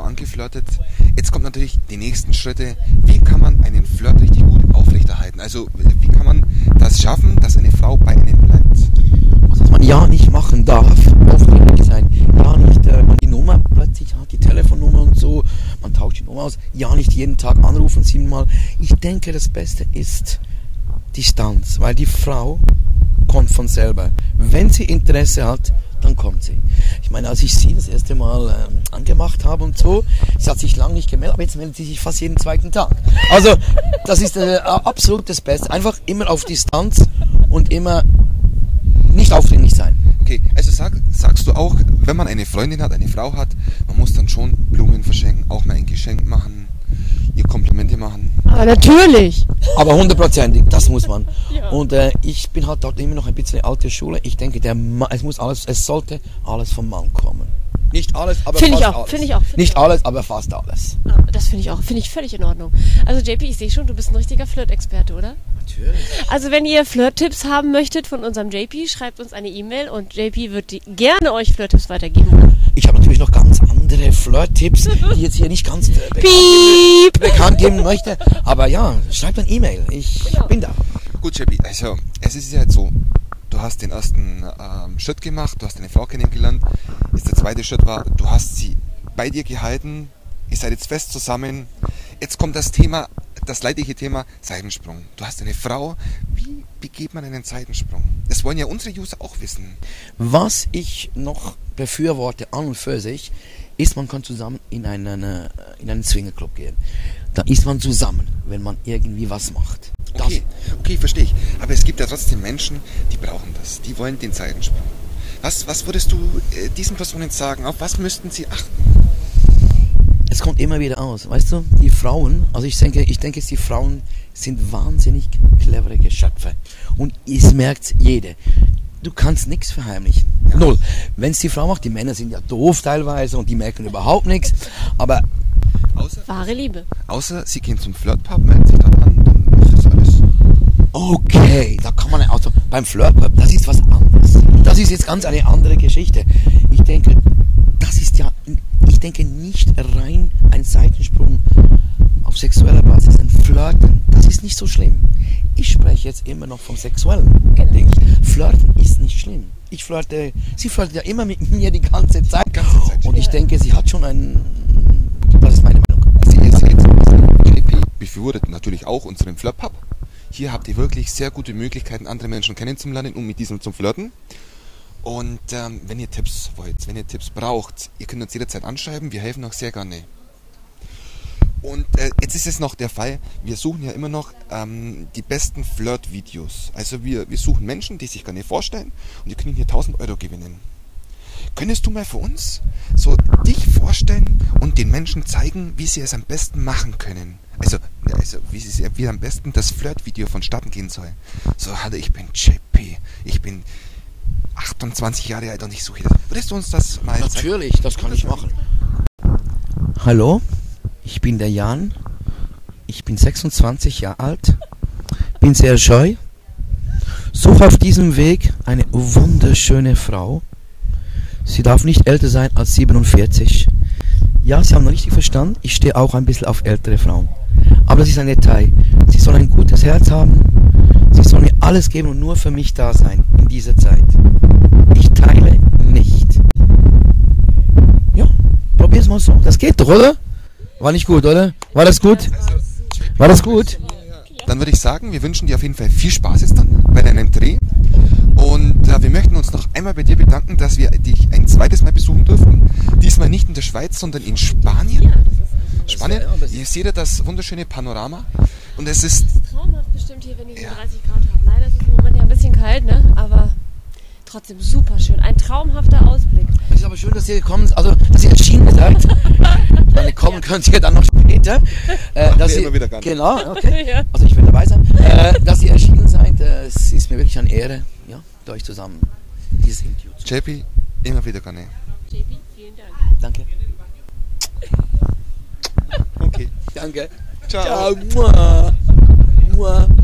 Frau angeflirtet. Jetzt kommt natürlich die nächsten Schritte. Wie kann man einen Flirt richtig gut aufrechterhalten? Also wie kann man das schaffen, dass eine Frau bei einem bleibt? Was man ja nicht machen darf, aufdringlich sein, ja nicht die Nummer plötzlich hat, die Telefonnummer und so, man tauscht die Nummer aus, ja nicht jeden Tag anrufen, 7-mal. Ich denke, das Beste ist Distanz, weil die Frau kommt von selber. Wenn sie Interesse hat, dann kommt sie. Ich meine, als ich sie das erste Mal angemacht habe und so, sie hat sich lange nicht gemeldet, aber jetzt meldet sie sich fast jeden zweiten Tag. Also, das ist absolut das Beste. Einfach immer auf Distanz und immer nicht aufdringlich sein. Okay, also sagst du auch, wenn man eine Freundin hat, eine Frau hat, man muss dann schon Blumen verschenken, auch mal ein Geschenk machen, ihr Komplimente machen. Aber natürlich. Aber 100%, das muss man. Ja. Und ich bin halt dort immer noch ein bisschen alte Schule. Ich denke, es sollte alles vom Mann kommen. Nicht alles, aber Finde fast ich auch, alles. finde ich auch. Nicht alles, aber fast alles. Ah, das finde ich auch. Finde ich völlig in Ordnung. Also JP, ich sehe schon, du bist ein richtiger Flirt-Experte, oder? Natürlich. Also wenn ihr Flirt-Tipps haben möchtet von unserem JP, schreibt uns eine E-Mail und JP wird gerne euch Flirt-Tipps weitergeben. Ich habe natürlich noch ganz andere Flirt-Tipps, die jetzt hier nicht ganz bekannt geben möchte. Aber ja, schreibt eine E-Mail. Ich bin da. Gut, JP, also es ist ja jetzt so, du hast den ersten Schritt gemacht, du hast eine Frau kennengelernt. Jetzt der zweite Schritt war, du hast sie bei dir gehalten, ihr seid jetzt fest zusammen. Jetzt kommt das Thema, das leidige Thema Seitensprung. Du hast eine Frau, wie begeht man einen Seitensprung? Das wollen ja unsere User auch wissen. Was ich noch befürworte an und für sich, ist, man kann zusammen in einen Swingerclub gehen. Da ist man zusammen, wenn man irgendwie was macht. Okay, verstehe ich. Aber es gibt ja trotzdem Menschen, die brauchen das. Die wollen den Seitensprung. Was würdest du diesen Personen sagen? Auf was müssten sie achten? Es kommt immer wieder aus, weißt du, die Frauen, also ich denke, die Frauen sind wahnsinnig clevere Geschöpfe. Und es merkt jede. Du kannst nichts verheimlichen. Ja. Null. Wenn es die Frau macht, die Männer sind ja doof teilweise und die merken überhaupt nichts. Aber wahre Liebe. Außer sie gehen zum Flirtpub, melden sich dort an, dann ist das alles. Okay, da kann man also beim Flirtpub, das ist was anderes. Das ist jetzt ganz eine andere Geschichte. Ich denke, nicht rein ein Seitensprung auf sexueller Basis, ein Flirten, das ist nicht so schlimm. Ich spreche jetzt immer noch vom sexuellen Ding. Flirten ist nicht schlimm. Sie flirtet ja immer mit mir die ganze Zeit. Und ich denke, sie hat schon das ist meine Meinung. Ihr seht, JP befürwortet natürlich auch unseren Flirtpub. Hier habt ihr wirklich sehr gute Möglichkeiten, andere Menschen kennenzulernen und mit diesem zum Flirten. Und wenn ihr Tipps wollt, wenn ihr Tipps braucht, ihr könnt uns jederzeit anschreiben, wir helfen auch sehr gerne. Und jetzt ist es noch der Fall, wir suchen ja immer noch die besten Flirt-Videos. Also wir suchen Menschen, die sich gerne vorstellen und die können hier 1000 Euro gewinnen. Könntest du mal für uns so dich vorstellen und den Menschen zeigen, wie sie es am besten machen können? Also wie am besten das Flirt-Video vonstatten gehen soll. So, hallo, ich bin JP, ich bin 28 Jahre alt und ich suche das. Würdest du uns das mal zeigen? Natürlich, das kann ich machen. Hallo, ich bin der Jan. Ich bin 26 Jahre alt. Bin sehr scheu. Suche auf diesem Weg eine wunderschöne Frau. Sie darf nicht älter sein als 47. Ja, Sie haben richtig verstanden. Ich stehe auch ein bisschen auf ältere Frauen. Aber das ist ein Detail. Sie soll ein gutes Herz haben. Sie soll mir alles geben und nur für mich da sein in dieser Zeit. Ich teile nicht. Ja, probier's mal so. Das geht doch, oder? War nicht gut, oder? War das gut? War das gut? Dann würde ich sagen, wir wünschen dir auf jeden Fall viel Spaß jetzt dann bei deinem Dreh. Und wir möchten uns noch einmal bei dir bedanken, dass wir dich ein zweites Mal besuchen durften. Diesmal nicht in der Schweiz, sondern in Spanien. Ja, Spanien. Ihr seht ja das wunderschöne Panorama. Und es ist traumhaft bestimmt hier, wenn die 30 Grad haben. Leider ist es im Moment ja ein bisschen kalt, ne? Aber trotzdem super schön. Ein traumhafter Ausblick. Es ist aber schön, dass ihr gekommen seid, also dass ihr erschienen seid. Ich meine, kommen könnt ihr dann noch später. Dass ihr, immer wieder gerne. Genau, okay. Ja. Also ich will dabei sein. Dass ihr erschienen seid, es ist mir wirklich eine Ehre, ja, mit euch zusammen dieses Interview zu machen. JP, immer wieder gerne. JP, vielen Dank. Danke. Okay. Danke. Ciao. Ciao. Mua. Mua.